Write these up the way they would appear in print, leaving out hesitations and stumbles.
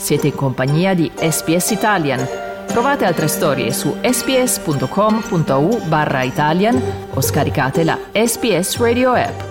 Siete in compagnia di SPS Italian. Trovate altre storie su sps.com.au/Italian o scaricate la SPS Radio app.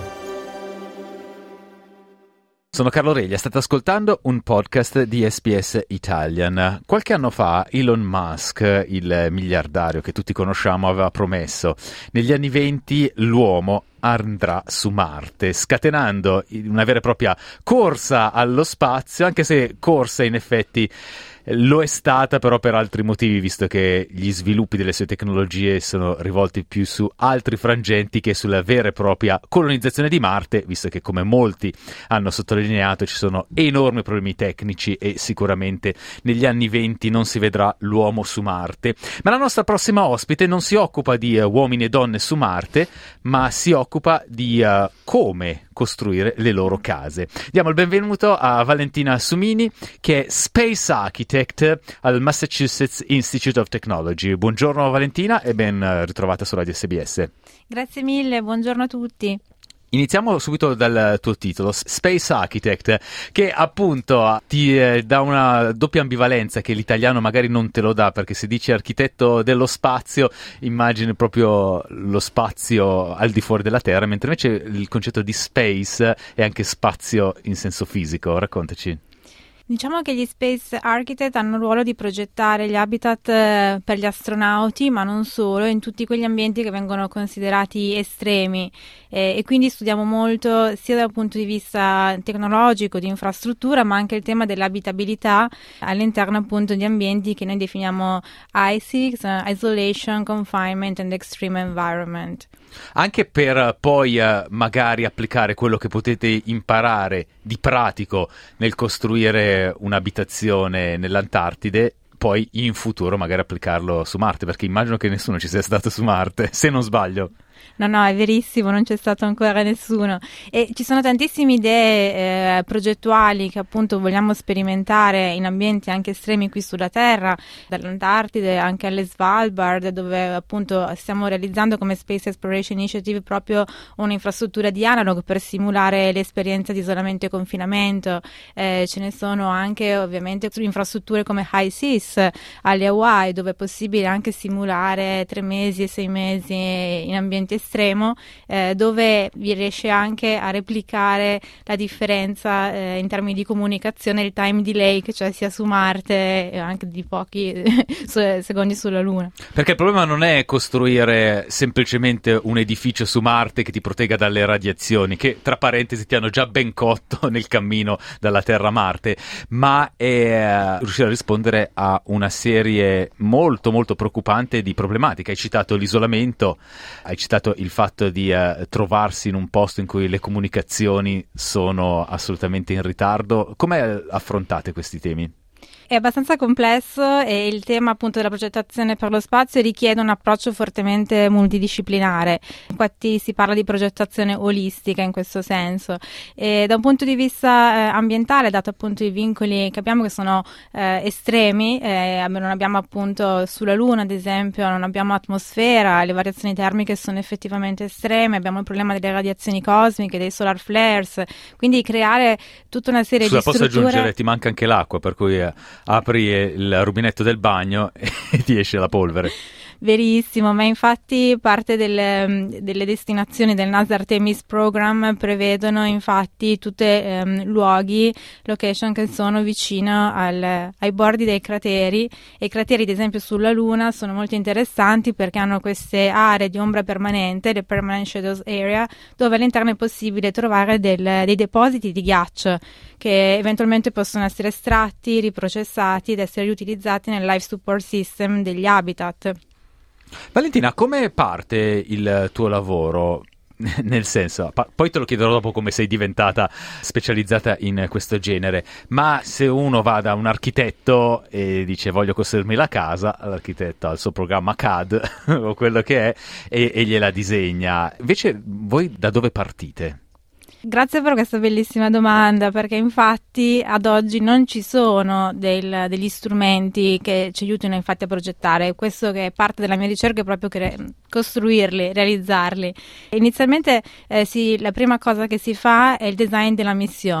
Sono Carlo Reglia, state ascoltando un podcast di SPS Italian. Qualche anno fa Elon Musk, il miliardario che tutti conosciamo, aveva promesso negli anni '20 l'uomo andrà su Marte, scatenando una vera e propria corsa allo spazio, anche se corsa in effetti lo è stata però per altri motivi, visto che gli sviluppi delle sue tecnologie sono rivolti più su altri frangenti che sulla vera e propria colonizzazione di Marte, visto che, come molti hanno sottolineato, ci sono enormi problemi tecnici e sicuramente negli anni '20 non si vedrà l'uomo su Marte. Ma la nostra prossima ospite non si occupa di uomini e donne su Marte, ma si occupa di come costruire le loro case. Diamo il benvenuto a Valentina Sumini, che è Space Architect al Massachusetts Institute of Technology. Buongiorno Valentina e ben ritrovata su Radio SBS. Grazie mille, buongiorno a tutti. Iniziamo subito dal tuo titolo, Space Architect, che appunto ti dà una doppia ambivalenza che l'italiano magari non te lo dà, perché se dici architetto dello spazio immagini proprio lo spazio al di fuori della Terra, mentre invece il concetto di space è anche spazio in senso fisico. Raccontaci. Diciamo che gli Space Architect hanno il ruolo di progettare gli habitat per gli astronauti, ma non solo, in tutti quegli ambienti che vengono considerati estremi, e quindi studiamo molto sia dal punto di vista tecnologico, di infrastruttura, ma anche il tema dell'abitabilità all'interno appunto di ambienti che noi definiamo ISICS, Isolation, Confinement and Extreme Environment. Anche per poi magari applicare quello che potete imparare di pratico nel costruire un'abitazione nell'Antartide, poi in futuro magari applicarlo su Marte, perché immagino che nessuno ci sia stato su Marte, se non sbaglio. No, è verissimo, non c'è stato ancora nessuno, e ci sono tantissime idee progettuali che appunto vogliamo sperimentare in ambienti anche estremi qui sulla Terra, dall'Antartide anche alle Svalbard, dove appunto stiamo realizzando come Space Exploration Initiative proprio un'infrastruttura di analog per simulare l'esperienza di isolamento e confinamento. Ce ne sono anche ovviamente infrastrutture come HI-SEAS alle Hawaii, dove è possibile anche simulare 3 mesi e 6 mesi in ambienti estremo, dove riesce anche a replicare la differenza in termini di comunicazione, il time delay che c'è sia su Marte e anche di pochi secondi sulla Luna. Perché il problema non è costruire semplicemente un edificio su Marte che ti protegga dalle radiazioni, che tra parentesi ti hanno già ben cotto nel cammino dalla Terra a Marte, ma è riuscire a rispondere a una serie molto molto preoccupante di problematiche. Hai citato l'isolamento, hai citato il fatto di trovarsi in un posto in cui le comunicazioni sono assolutamente in ritardo. Come affrontate questi temi? È abbastanza complesso e il tema appunto della progettazione per lo spazio richiede un approccio fortemente multidisciplinare. Infatti si parla di progettazione olistica in questo senso. E da un punto di vista ambientale, dato appunto i vincoli che abbiamo che sono estremi, non abbiamo appunto sulla Luna ad esempio, non abbiamo atmosfera, le variazioni termiche sono effettivamente estreme, abbiamo il problema delle radiazioni cosmiche, dei solar flares, quindi creare tutta una serie di strutture. Posso aggiungere, ti manca anche l'acqua, per cui apri il rubinetto del bagno e ti esce la polvere. Verissimo, ma infatti parte delle destinazioni del NASA Artemis Program prevedono infatti tutti luoghi, location che sono vicino ai bordi dei crateri, e i crateri ad esempio sulla Luna sono molto interessanti perché hanno queste aree di ombra permanente, le Permanent Shadows Area, dove all'interno è possibile trovare dei depositi di ghiaccio che eventualmente possono essere estratti, riprocessati ed essere riutilizzati nel life support system degli habitat. Valentina, come parte il tuo lavoro? Nel senso, poi te lo chiederò dopo come sei diventata specializzata in questo genere, ma se uno va da un architetto e dice voglio costruirmi la casa, l'architetto ha il suo programma CAD o quello che è e gliela disegna. Invece voi da dove partite? Grazie per questa bellissima domanda, perché infatti ad oggi non ci sono degli strumenti che ci aiutino infatti a progettare. Questo che è parte della mia ricerca è proprio costruirli, realizzarli. Inizialmente la prima cosa che si fa è il design della missione.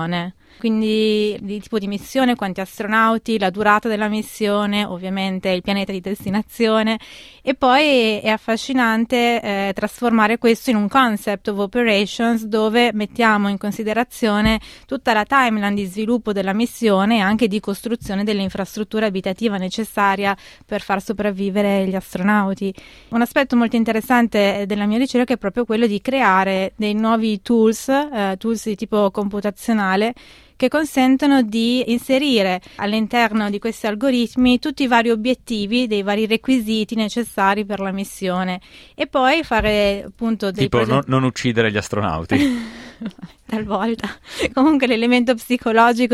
quindi di tipo di missione, quanti astronauti, la durata della missione, ovviamente il pianeta di destinazione, e poi è affascinante trasformare questo in un concept of operations dove mettiamo in considerazione tutta la timeline di sviluppo della missione e anche di costruzione dell'infrastruttura abitativa necessaria per far sopravvivere gli astronauti. Un aspetto molto interessante della mia ricerca è proprio quello di creare dei nuovi tools di tipo computazionale che consentono di inserire all'interno di questi algoritmi tutti i vari obiettivi, dei vari requisiti necessari per la missione, e poi fare appunto dei tipo non uccidere gli astronauti. Talvolta. Comunque l'elemento psicologico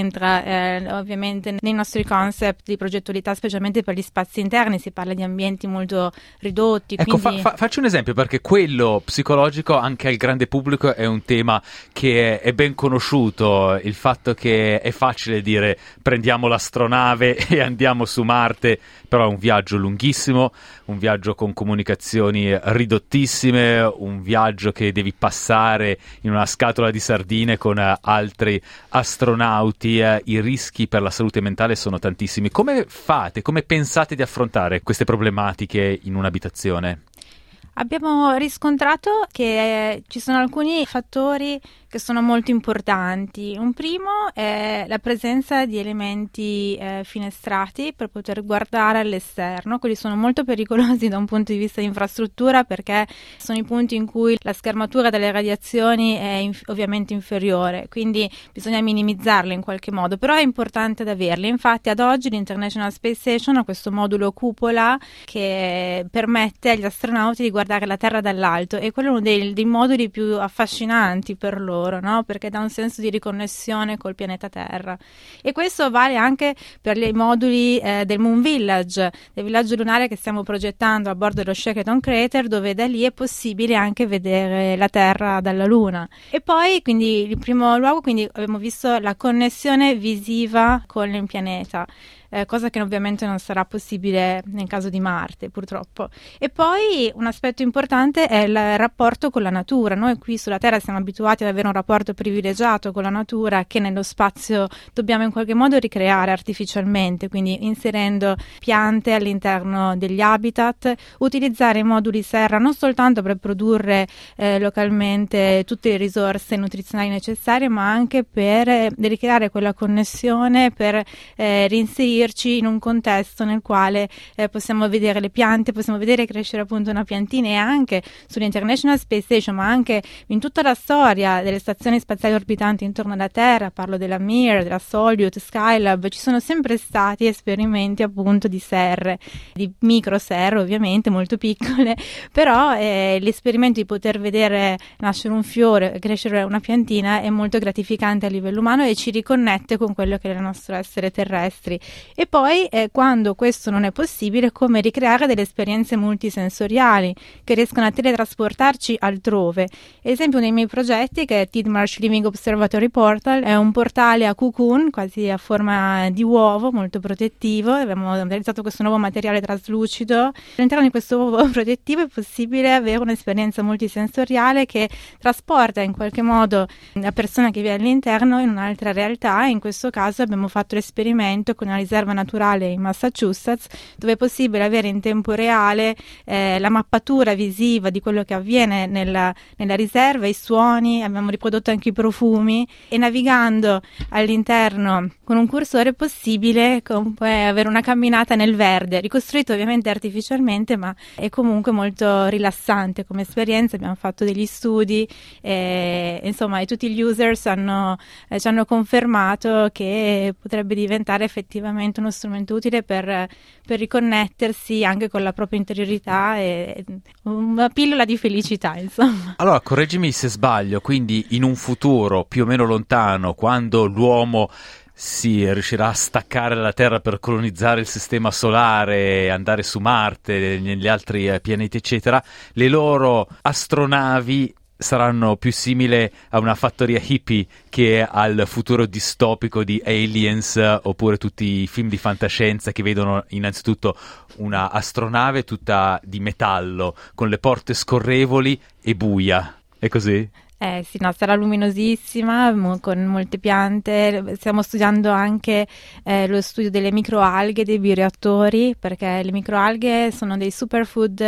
rientra ovviamente nei nostri concept di progettualità, specialmente per gli spazi interni. Si parla di ambienti molto ridotti. Ecco, quindi... faccio un esempio, perché quello psicologico anche al grande pubblico è un tema che è ben conosciuto, il fatto che è facile dire prendiamo l'astronave e andiamo su Marte, però è un viaggio lunghissimo, un viaggio con comunicazioni ridottissime, un viaggio che devi passare in una scatola di sardine con altri astronauti, i rischi per la salute mentale sono tantissimi. Come fate, come pensate di affrontare queste problematiche in un'abitazione? Abbiamo riscontrato che ci sono alcuni fattori che sono molto importanti. Un primo è la presenza di elementi finestrati per poter guardare all'esterno. Quelli sono molto pericolosi da un punto di vista di infrastruttura, perché sono i punti in cui la schermatura delle radiazioni è ovviamente inferiore, quindi bisogna minimizzarle in qualche modo, però è importante da averli. Infatti ad oggi l'International Space Station ha questo modulo cupola che permette agli astronauti di guardare la Terra dall'alto, e quello è uno dei moduli più affascinanti per loro, no? Perché dà un senso di riconnessione col pianeta Terra. E questo vale anche per i moduli del Moon Village, del villaggio lunare che stiamo progettando a bordo dello Shackleton Crater, dove da lì è possibile anche vedere la Terra dalla Luna. E poi, quindi, in primo luogo, quindi abbiamo visto la connessione visiva con il pianeta. Cosa che ovviamente non sarà possibile nel caso di Marte, purtroppo. E poi un aspetto importante è il rapporto con la natura. Noi qui sulla Terra siamo abituati ad avere un rapporto privilegiato con la natura che nello spazio dobbiamo in qualche modo ricreare artificialmente, quindi inserendo piante all'interno degli habitat, utilizzare i moduli serra non soltanto per produrre localmente tutte le risorse nutrizionali necessarie, ma anche per ricreare quella connessione, per reinserire in un contesto nel quale possiamo vedere le piante, possiamo vedere crescere appunto una piantina. E anche sull'International Space Station, ma anche in tutta la storia delle stazioni spaziali orbitanti intorno alla Terra, parlo della Mir, della Soyuz, Skylab, ci sono sempre stati esperimenti appunto di serre, di micro serre ovviamente, molto piccole, però l'esperimento di poter vedere nascere un fiore, crescere una piantina è molto gratificante a livello umano e ci riconnette con quello che è il nostro essere terrestri. E poi quando questo non è possibile, come ricreare delle esperienze multisensoriali che riescono a teletrasportarci altrove. Ad esempio, uno dei miei progetti, che è Tidmarsh Living Observatory Portal, è un portale a cocoon, quasi a forma di uovo, molto protettivo. Abbiamo realizzato questo nuovo materiale traslucido. All'interno di questo uovo protettivo è possibile avere un'esperienza multisensoriale che trasporta in qualche modo la persona che vive all'interno in un'altra realtà. In questo caso abbiamo fatto l'esperimento con una riserva naturale in Massachusetts, dove è possibile avere in tempo reale la mappatura visiva di quello che avviene nella riserva, i suoni, abbiamo riprodotto anche i profumi, e navigando all'interno con un cursore è possibile avere una camminata nel verde, ricostruito ovviamente artificialmente, ma è comunque molto rilassante come esperienza. Abbiamo fatto degli studi insomma, e tutti gli users ci hanno confermato che potrebbe diventare effettivamente uno strumento utile per riconnettersi anche con la propria interiorità, e una pillola di felicità, insomma. Allora, correggimi se sbaglio, quindi in un futuro più o meno lontano, quando l'uomo si riuscirà a staccare la Terra per colonizzare il sistema solare, andare su Marte, negli altri pianeti eccetera, le loro astronavi saranno più simili a una fattoria hippie che al futuro distopico di Aliens, oppure tutti i film di fantascienza che vedono innanzitutto una astronave tutta di metallo con le porte scorrevoli e buia. È così? Sì, no, sarà luminosissima, con molte piante. Stiamo studiando anche lo studio delle microalghe, dei bioreattori, perché le microalghe sono dei superfood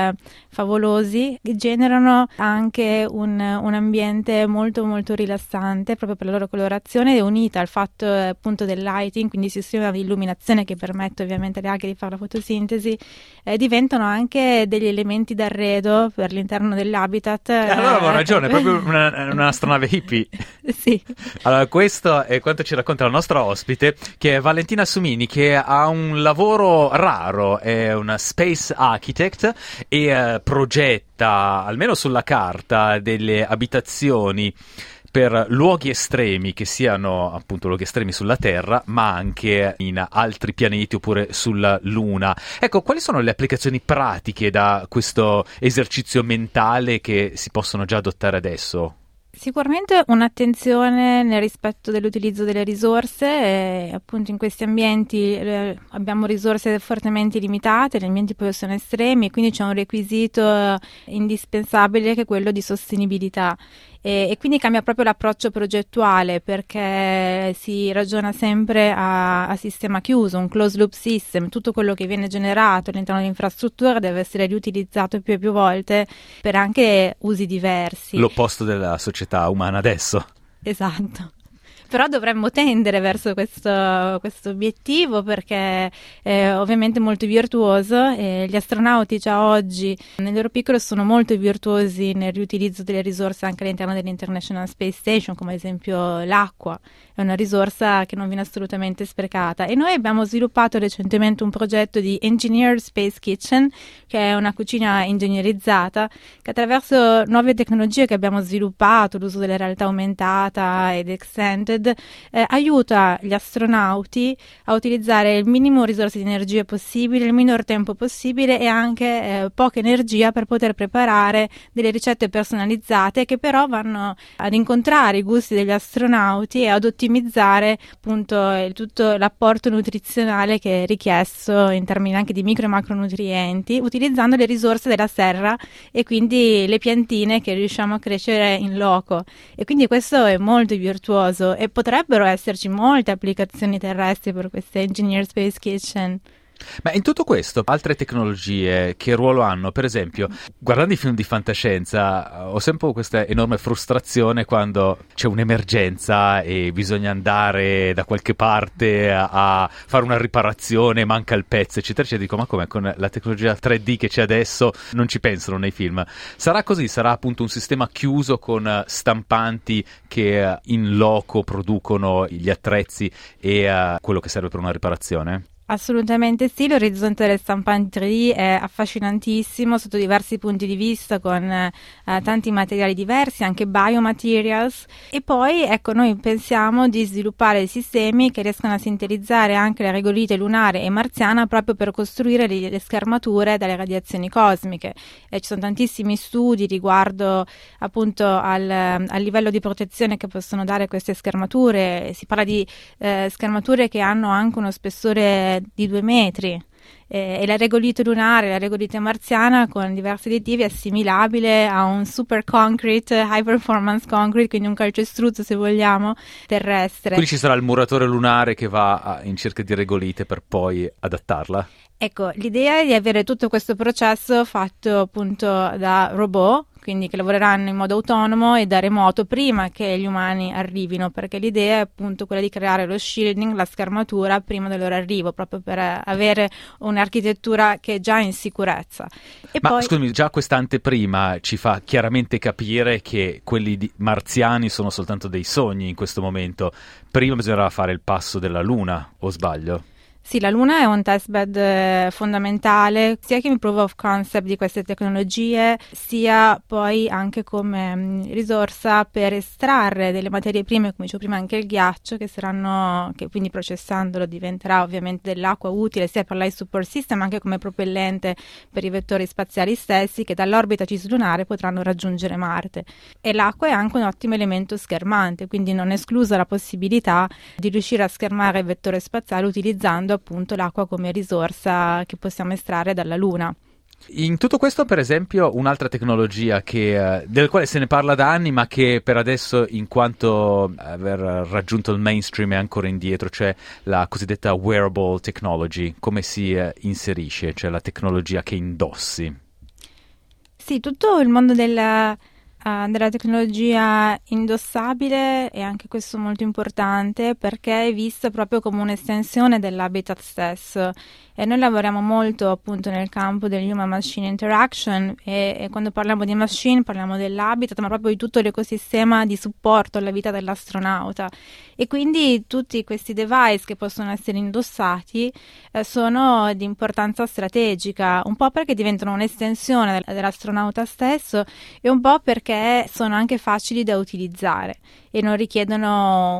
favolosi che generano anche un ambiente molto molto rilassante proprio per la loro colorazione, unita al fatto appunto del lighting, quindi sistema di illuminazione che permette ovviamente alle alghe di fare la fotosintesi, diventano anche degli elementi d'arredo per l'interno dell'habitat. Allora avevo ragione, è proprio un'astronave hippie. Sì. Allora, questo è quanto ci racconta la nostra ospite, che è Valentina Sumini, che ha un lavoro raro, è una space architect e progetta, almeno sulla carta, delle abitazioni per luoghi estremi, che siano appunto luoghi estremi sulla Terra, ma anche in altri pianeti oppure sulla Luna. Ecco, quali sono le applicazioni pratiche da questo esercizio mentale che si possono già adottare adesso? Sicuramente un'attenzione nel rispetto dell'utilizzo delle risorse, appunto in questi ambienti abbiamo risorse fortemente limitate, gli ambienti poi sono estremi e quindi c'è un requisito indispensabile che è quello di sostenibilità. E quindi cambia proprio l'approccio progettuale, perché si ragiona sempre a sistema chiuso, un closed loop system. Tutto quello che viene generato all'interno dell'infrastruttura deve essere riutilizzato più e più volte per anche usi diversi. L'opposto della società umana adesso. Esatto. Però dovremmo tendere verso questo obiettivo, perché è ovviamente molto virtuoso e gli astronauti già oggi nel loro piccolo sono molto virtuosi nel riutilizzo delle risorse anche all'interno dell'International Space Station, come ad esempio l'acqua. È una risorsa che non viene assolutamente sprecata, e noi abbiamo sviluppato recentemente un progetto di Engineered Space Kitchen, che è una cucina ingegnerizzata che attraverso nuove tecnologie che abbiamo sviluppato, l'uso della realtà aumentata ed extended, aiuta gli astronauti a utilizzare il minimo risorse di energia possibile, il minor tempo possibile e anche poca energia per poter preparare delle ricette personalizzate che però vanno ad incontrare i gusti degli astronauti e ad ottimizzare appunto tutto l'apporto nutrizionale che è richiesto in termini anche di micro e macronutrienti, utilizzando le risorse della terra e quindi le piantine che riusciamo a crescere in loco. E quindi questo è molto virtuoso e potrebbero esserci molte applicazioni terrestri per queste Engineered Space Kitchen. Ma in tutto questo, altre tecnologie che ruolo hanno? Per esempio, guardando i film di fantascienza, ho sempre questa enorme frustrazione quando c'è un'emergenza e bisogna andare da qualche parte a fare una riparazione, manca il pezzo, eccetera, eccetera. Dico, ma come, con la tecnologia 3D che c'è adesso non ci pensano nei film? Sarà così? Sarà appunto un sistema chiuso con stampanti che in loco producono gli attrezzi e quello che serve per una riparazione? Assolutamente sì, l'orizzonte delle stampanti 3D è affascinantissimo sotto diversi punti di vista, con tanti materiali diversi, anche biomaterials, e poi ecco, noi pensiamo di sviluppare dei sistemi che riescano a sintetizzare anche la regolite lunare e marziana proprio per costruire le schermature dalle radiazioni cosmiche. Ci sono tantissimi studi riguardo appunto al livello di protezione che possono dare queste schermature. Si parla di schermature che hanno anche uno spessore di 2 metri, e la regolite lunare, la regolite marziana con diversi additivi è assimilabile a un super concrete, high performance concrete, quindi un calcestruzzo se vogliamo, terrestre. Quindi ci sarà il muratore lunare che va in cerca di regolite per poi adattarla? Ecco, l'idea è di avere tutto questo processo fatto appunto da robot, quindi che lavoreranno in modo autonomo e da remoto prima che gli umani arrivino, perché l'idea è appunto quella di creare lo shielding, la schermatura prima del loro arrivo, proprio per avere un'architettura che è già in sicurezza. E ma poi... scusami, già questa anteprima ci fa chiaramente capire che quelli marziani sono soltanto dei sogni in questo momento. Prima bisognerà fare il passo della Luna, o sbaglio? Sì, la Luna è un testbed fondamentale, sia come proof of concept di queste tecnologie, sia poi anche come risorsa per estrarre delle materie prime, come dicevo prima, anche il ghiaccio, che quindi processandolo diventerà ovviamente dell'acqua utile sia per l'ice support system, ma anche come propellente per i vettori spaziali stessi che dall'orbita cislunare potranno raggiungere Marte. E l'acqua è anche un ottimo elemento schermante, quindi non è esclusa la possibilità di riuscire a schermare il vettore spaziale utilizzando appunto l'acqua come risorsa che possiamo estrarre dalla Luna. In tutto questo, per esempio, un'altra tecnologia del quale se ne parla da anni, ma che per adesso, in quanto aver raggiunto il mainstream, è ancora indietro, cioè la cosiddetta wearable technology. Come si inserisce, cioè la tecnologia che indossi? Sì, tutto il mondo della tecnologia indossabile è anche questo molto importante, perché è vista proprio come un'estensione dell'habitat stesso. E noi lavoriamo molto appunto nel campo del human machine interaction e quando parliamo di machine parliamo dell'habitat, ma proprio di tutto l'ecosistema di supporto alla vita dell'astronauta. E quindi tutti questi device che possono essere indossati sono di importanza strategica, un po' perché diventano un'estensione dell'astronauta stesso e un po' perché sono anche facili da utilizzare e non richiedono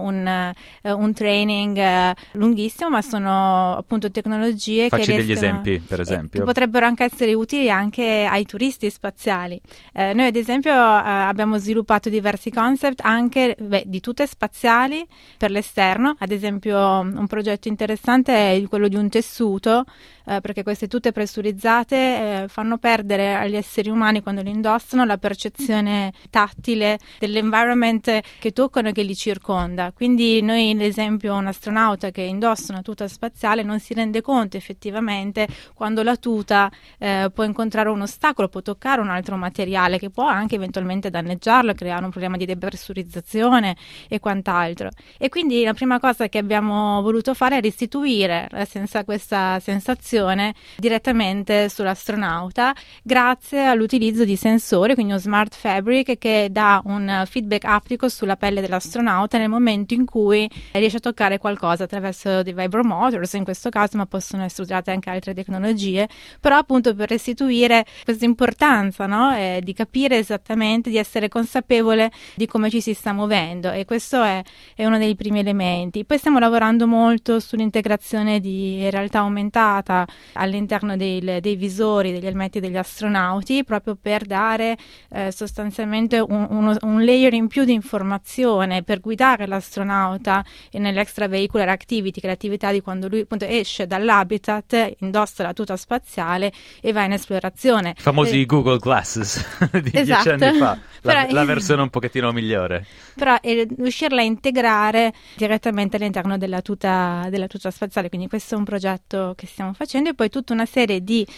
un training lunghissimo, ma sono appunto tecnologie Facci che degli esempi, per esempio. che potrebbero anche essere utili anche ai turisti spaziali. Noi ad esempio abbiamo sviluppato diversi concept anche di tute spaziali per l'esterno. Ad esempio un progetto interessante è quello di un tessuto, perché queste tute pressurizzate fanno perdere agli esseri umani, quando li indossano, la percezione tattile dell'environment che toccano e che li circonda. Quindi noi, ad esempio, un astronauta che indossa una tuta spaziale non si rende conto effettivamente quando la tuta può incontrare un ostacolo, può toccare un altro materiale che può anche eventualmente danneggiarlo, creare un problema di depressurizzazione e quant'altro. E quindi la prima cosa che abbiamo voluto fare è restituire questa sensazione direttamente sull'astronauta grazie all'utilizzo di sensori, quindi uno smart fabric che dà un feedback aptico sulla pelle dell'astronauta nel momento in cui riesce a toccare qualcosa attraverso dei vibromotors in questo caso, ma possono essere usate anche altre tecnologie, però appunto per restituire questa importanza, no? Di capire esattamente, di essere consapevole di come ci si sta muovendo, e questo è uno dei primi elementi. Poi stiamo lavorando molto sull'integrazione di realtà aumentata all'interno dei visori, degli elmetti degli astronauti, proprio per dare sostanzialmente un layer in più di informazione per guidare l'astronauta nell'extravehicular activity, che è l'attività di quando lui appunto esce dall'habitat, indossa la tuta spaziale e va in esplorazione. I famosi Google Glasses di 10 anni fa, la versione un pochettino migliore. Però riuscirla a integrare direttamente all'interno della tuta spaziale, quindi questo è un progetto che stiamo facendo. E poi tutta una serie di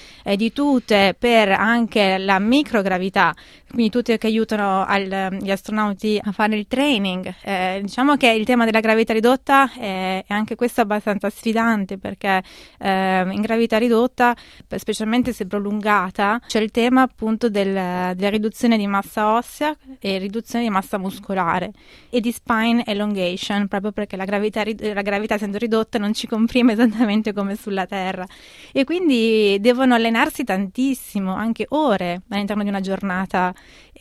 tute per anche la microgravità, quindi tute che aiutano gli astronauti a fare il training. Diciamo che il tema della gravità ridotta è anche questo abbastanza sfidante, perché in gravità ridotta, specialmente se prolungata, c'è il tema appunto della riduzione di massa ossea e riduzione di massa muscolare e di spine elongation, proprio perché la gravità essendo ridotta non ci comprime esattamente come sulla Terra, e quindi devono allenarsi tantissimo, anche ore all'interno di una giornata.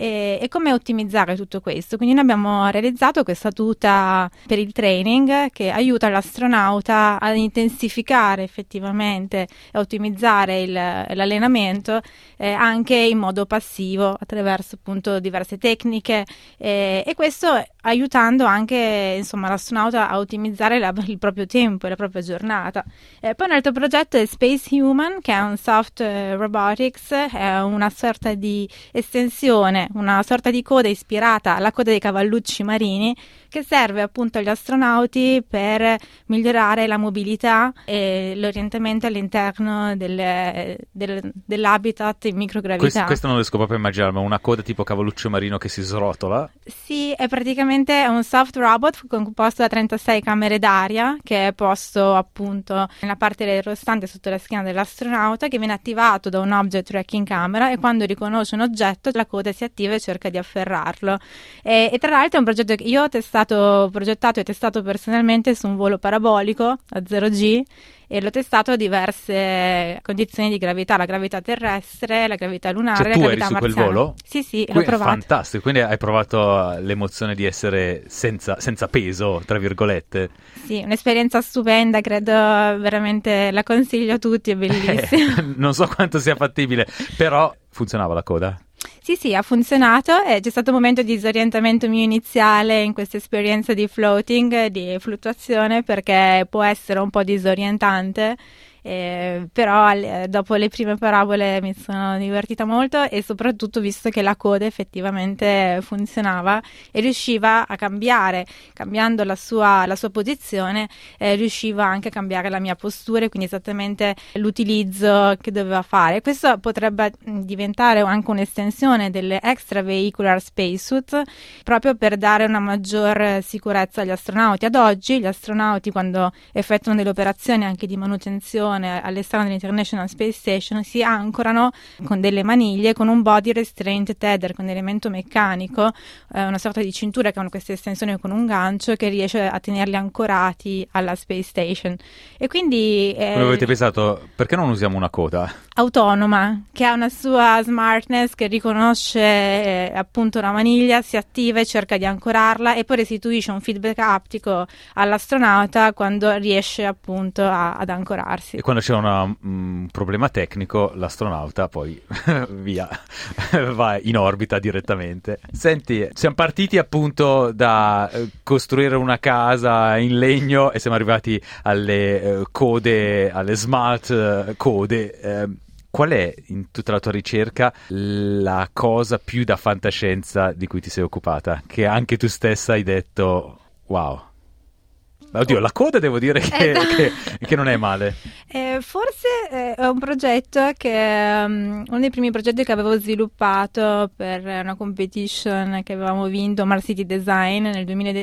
E come ottimizzare tutto questo? Quindi noi abbiamo realizzato questa tuta per il training che aiuta l'astronauta ad intensificare effettivamente e ottimizzare l'allenamento anche in modo passivo attraverso appunto diverse tecniche, e questo aiutando anche insomma l'astronauta a ottimizzare il proprio tempo e la propria giornata. Poi un altro progetto è Space Human, che è un soft robotics, è una sorta di estensione, una sorta di coda ispirata alla coda dei cavallucci marini, che serve appunto agli astronauti per migliorare la mobilità e l'orientamento all'interno dell'habitat in microgravità. Questo non riesco proprio a immaginarmi, una coda tipo cavalluccio marino che si srotola. Sì, è praticamente un soft robot composto da 36 camere d'aria, che è posto appunto nella parte retrostante sotto la schiena dell'astronauta, che viene attivato da un object tracking camera, e quando riconosce un oggetto la coda si attiva e cerca di afferrarlo. E tra l'altro è un progetto che io ho progettato e testato personalmente su un volo parabolico a 0G, e l'ho testato a diverse condizioni di gravità, la gravità terrestre, la gravità lunare, cioè, la gravità marziana. Tu eri su marziana. quel volo? Sì, l'ho provato. Fantastico, quindi hai provato l'emozione di essere senza peso, tra virgolette. Sì, un'esperienza stupenda, credo veramente la consiglio a tutti, è bellissima. Non so quanto sia fattibile, però funzionava la coda? Sì, ha funzionato, e c'è stato un momento di disorientamento mio iniziale in questa esperienza di floating, di fluttuazione, perché può essere un po' disorientante, però dopo le prime parabole mi sono divertita molto, e soprattutto visto che la coda effettivamente funzionava e riusciva a cambiando la sua posizione, riusciva anche a cambiare la mia postura e quindi esattamente l'utilizzo che doveva fare. Questo potrebbe diventare anche un'estensione delle extravehicular spacesuit, proprio per dare una maggior sicurezza agli astronauti. Ad oggi gli astronauti, quando effettuano delle operazioni anche di manutenzione all'esterno dell'International Space Station, si ancorano con delle maniglie, con un body restraint tether, con un elemento meccanico, una sorta di cintura che hanno queste estensioni con un gancio che riesce a tenerli ancorati alla Space Station. E quindi come avete pensato, perché non usiamo una coda autonoma che ha una sua smartness, che riconosce appunto la maniglia, si attiva e cerca di ancorarla e poi restituisce un feedback aptico all'astronauta quando riesce appunto ad ancorarsi. E quando c'è un problema tecnico, l'astronauta poi via, va in orbita direttamente. Senti, siamo partiti appunto da costruire una casa in legno e siamo arrivati alle code, alle smart code. Qual è, in tutta la tua ricerca, la cosa più da fantascienza di cui ti sei occupata? Che anche tu stessa hai detto, wow. Oddio, la coda devo dire che non è male. Forse è un progetto uno dei primi progetti che avevo sviluppato per una competition che avevamo vinto, Mars City Design, nel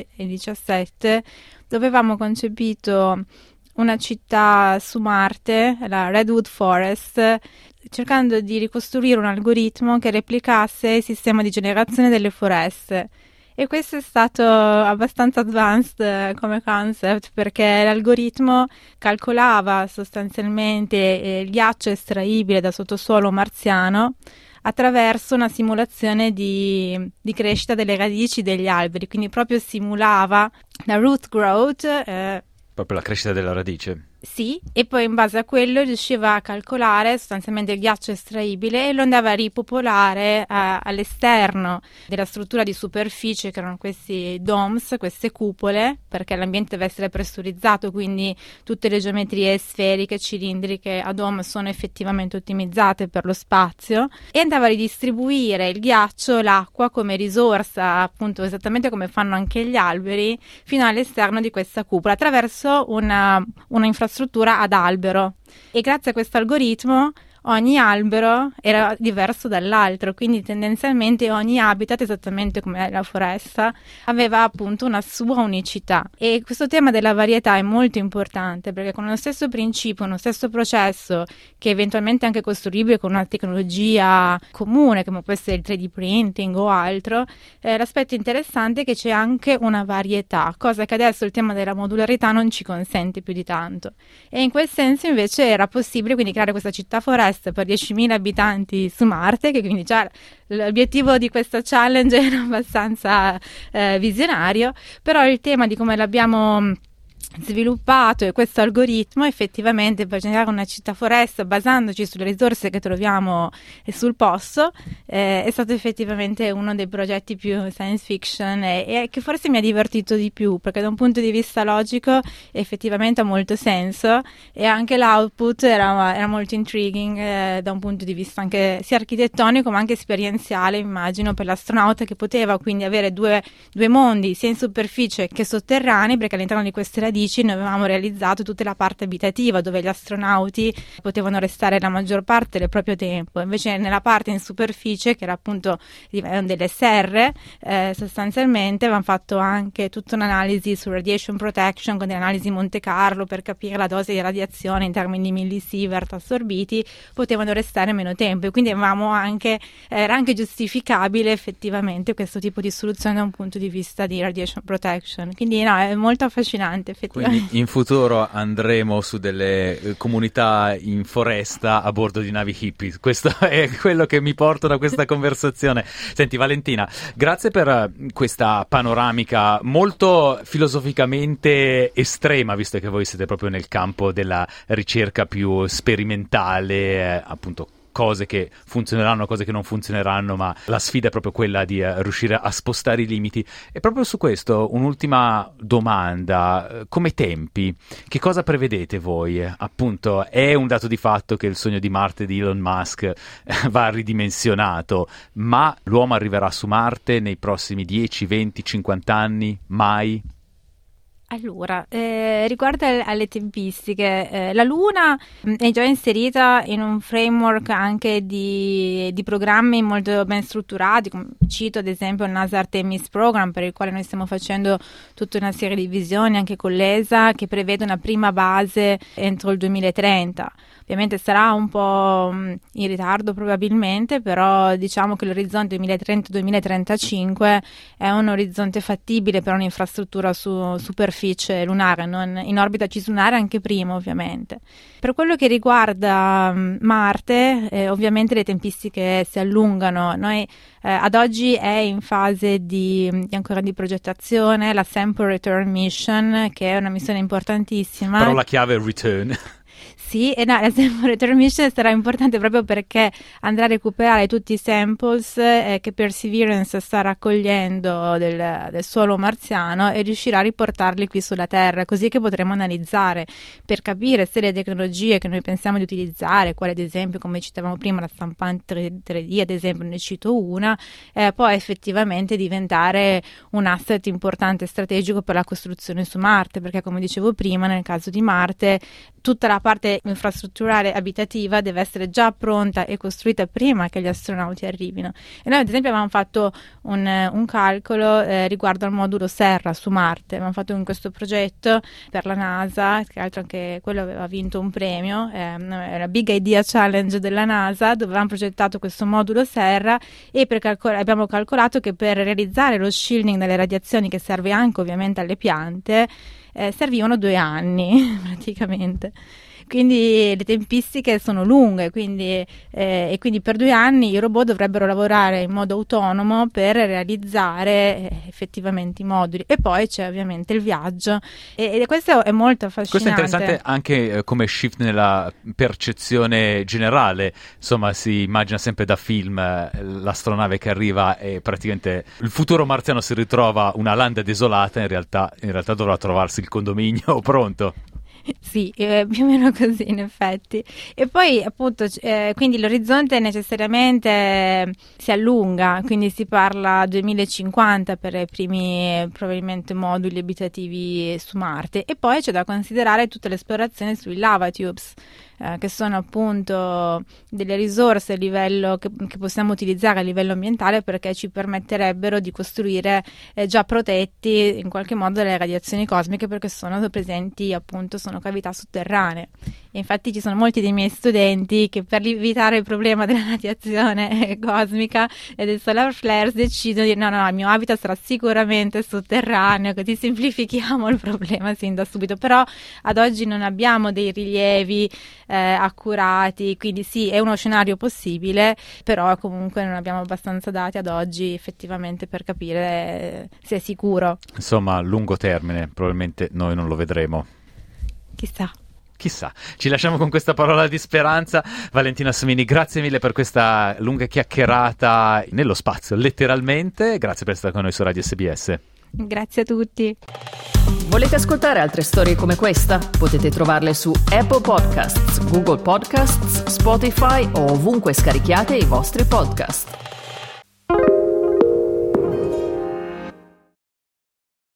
2017, dove avevamo concepito una città su Marte, la Redwood Forest, cercando di ricostruire un algoritmo che replicasse il sistema di generazione delle foreste. E questo è stato abbastanza advanced come concept, perché l'algoritmo calcolava sostanzialmente il ghiaccio estraibile da sottosuolo marziano attraverso una simulazione di crescita delle radici degli alberi, quindi proprio simulava la root growth. Proprio la crescita della radice. Sì, e poi in base a quello riusciva a calcolare sostanzialmente il ghiaccio estraibile e lo andava a ripopolare all'esterno della struttura di superficie, che erano questi domes, queste cupole, perché l'ambiente deve essere pressurizzato, quindi tutte le geometrie sferiche, cilindriche a dome sono effettivamente ottimizzate per lo spazio, e andava a ridistribuire il ghiaccio, l'acqua come risorsa, appunto esattamente come fanno anche gli alberi, fino all'esterno di questa cupola attraverso una infrastruttura ad albero. E grazie a questo algoritmo ogni albero era diverso dall'altro, quindi tendenzialmente ogni habitat, esattamente come la foresta, aveva appunto una sua unicità. E questo tema della varietà è molto importante, perché con lo stesso principio, uno stesso processo, che eventualmente è anche costruibile con una tecnologia comune come può essere il 3D printing o altro, l'aspetto interessante è che c'è anche una varietà, cosa che adesso il tema della modularità non ci consente più di tanto. E in quel senso invece era possibile quindi creare questa città foresta per 10.000 abitanti su Marte, che quindi già l'obiettivo di questo challenge era abbastanza visionario, però il tema di come l'abbiamo sviluppato e questo algoritmo effettivamente per generare una città foresta basandoci sulle risorse che troviamo sul posto è stato effettivamente uno dei progetti più science fiction e che forse mi ha divertito di più, perché da un punto di vista logico effettivamente ha molto senso e anche l'output era molto intriguing da un punto di vista anche sia architettonico ma anche esperienziale, immagino, per l'astronauta, che poteva quindi avere due mondi sia in superficie che sotterranei, perché all'interno di queste radici noi avevamo realizzato tutta la parte abitativa dove gli astronauti potevano restare la maggior parte del proprio tempo. Invece nella parte in superficie, che era appunto delle serre, sostanzialmente avevamo fatto anche tutta un'analisi su radiation protection con delle analisi Monte Carlo per capire la dose di radiazione in termini di millisievert assorbiti, potevano restare meno tempo, e quindi era anche giustificabile effettivamente questo tipo di soluzione da un punto di vista di radiation protection. Quindi no, è molto affascinante effettivamente. Quindi in futuro andremo su delle comunità in foresta a bordo di navi hippie. Questo è quello che mi porto da questa conversazione. Senti Valentina, grazie per questa panoramica molto filosoficamente estrema, visto che voi siete proprio nel campo della ricerca più sperimentale, appunto cose che funzioneranno, cose che non funzioneranno, ma la sfida è proprio quella di riuscire a spostare i limiti. E proprio su questo un'ultima domanda: come tempi, che cosa prevedete voi? Appunto, è un dato di fatto che il sogno di Marte di Elon Musk va ridimensionato, ma l'uomo arriverà su Marte nei prossimi 10, 20, 50 anni? Mai? Allora, riguardo alle tempistiche, la Luna è già inserita in un framework anche di programmi molto ben strutturati, cito ad esempio il NASA Artemis Program, per il quale noi stiamo facendo tutta una serie di visioni anche con l'ESA, che prevede una prima base entro il 2030. Ovviamente sarà un po' in ritardo probabilmente, però diciamo che l'orizzonte 2030-2035 è un orizzonte fattibile per un'infrastruttura su superficie lunare, non in orbita cislunare anche prima ovviamente. Per quello che riguarda Marte, ovviamente le tempistiche si allungano. Noi ad oggi è in fase ancora di progettazione la Sample Return Mission, che è una missione importantissima. Però la chiave è return. Sì, e no, la Sample Return Mission sarà importante proprio perché andrà a recuperare tutti i samples che Perseverance sta raccogliendo del suolo marziano e riuscirà a riportarli qui sulla Terra, così che potremo analizzare per capire se le tecnologie che noi pensiamo di utilizzare, quale ad esempio, come citavamo prima, la stampante 3D, ad esempio ne cito una, può effettivamente diventare un asset importante e strategico per la costruzione su Marte, perché come dicevo prima, nel caso di Marte tutta la parte infrastrutturale abitativa deve essere già pronta e costruita prima che gli astronauti arrivino. E noi ad esempio avevamo fatto un calcolo riguardo al modulo Serra su Marte. Abbiamo fatto in questo progetto per la NASA, tra l'altro anche quello aveva vinto un premio, era Big Idea Challenge della NASA, dove avevamo progettato questo modulo Serra e abbiamo calcolato che per realizzare lo shielding dalle radiazioni, che serve anche ovviamente alle piante, servivano 2 anni praticamente. Quindi le tempistiche sono lunghe, e quindi per 2 anni i robot dovrebbero lavorare in modo autonomo per realizzare effettivamente i moduli. E poi c'è ovviamente il viaggio, e questo è molto affascinante. Questo è interessante anche come shift nella percezione generale. Insomma, si immagina sempre da film l'astronave che arriva e praticamente il futuro marziano si ritrova una landa desolata, in realtà dovrà trovarsi il condominio pronto. Sì, più o meno così in effetti. E poi appunto quindi l'orizzonte necessariamente si allunga, quindi si parla 2050 per i primi probabilmente moduli abitativi su Marte, e poi c'è da considerare tutta l'esplorazione sui lava tubes, che sono appunto delle risorse a livello che possiamo utilizzare a livello ambientale, perché ci permetterebbero di costruire già protetti in qualche modo dalle radiazioni cosmiche, perché sono presenti appunto, sono cavità sotterranee. E infatti ci sono molti dei miei studenti che, per evitare il problema della radiazione cosmica e del solar flares, decidono di dire no, il mio habitat sarà sicuramente sotterraneo, così semplifichiamo il problema sin da subito. Però ad oggi non abbiamo dei rilievi accurati, quindi sì, è uno scenario possibile, però comunque non abbiamo abbastanza dati ad oggi effettivamente per capire se è sicuro. Insomma, a lungo termine probabilmente noi non lo vedremo. Chissà. Ci lasciamo con questa parola di speranza. Valentina Assomini, grazie mille per questa lunga chiacchierata nello spazio, letteralmente. Grazie per essere con noi su Radio SBS. Grazie a tutti. Volete ascoltare altre storie come questa? Potete trovarle su Apple Podcasts, Google Podcasts, Spotify o ovunque scarichiate i vostri podcast.